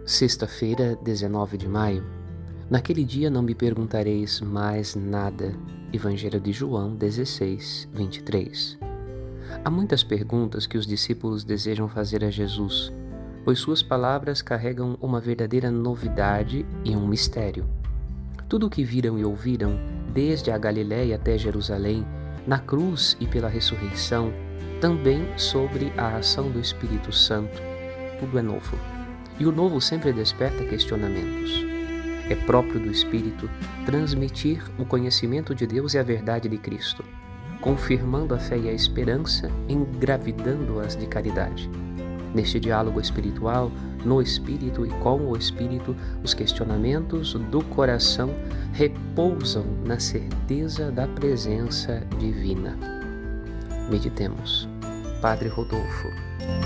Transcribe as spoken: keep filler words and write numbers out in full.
Sexta-feira, dezenove de maio. Naquele dia não me perguntareis mais nada. Evangelho de João dezesseis, vinte e três. Há muitas perguntas que os discípulos desejam fazer a Jesus, pois suas palavras carregam uma verdadeira novidade e um mistério. Tudo o que viram e ouviram, desde a Galiléia até Jerusalém, na cruz e pela ressurreição, também sobre a ação do Espírito Santo, tudo é novo. E o novo sempre desperta questionamentos. É próprio do Espírito transmitir o conhecimento de Deus e a verdade de Cristo, confirmando a fé e a esperança, engravidando-as de caridade. Neste diálogo espiritual, no Espírito e com o Espírito, os questionamentos do coração repousam na certeza da presença divina. Meditemos. Padre Rodolfo.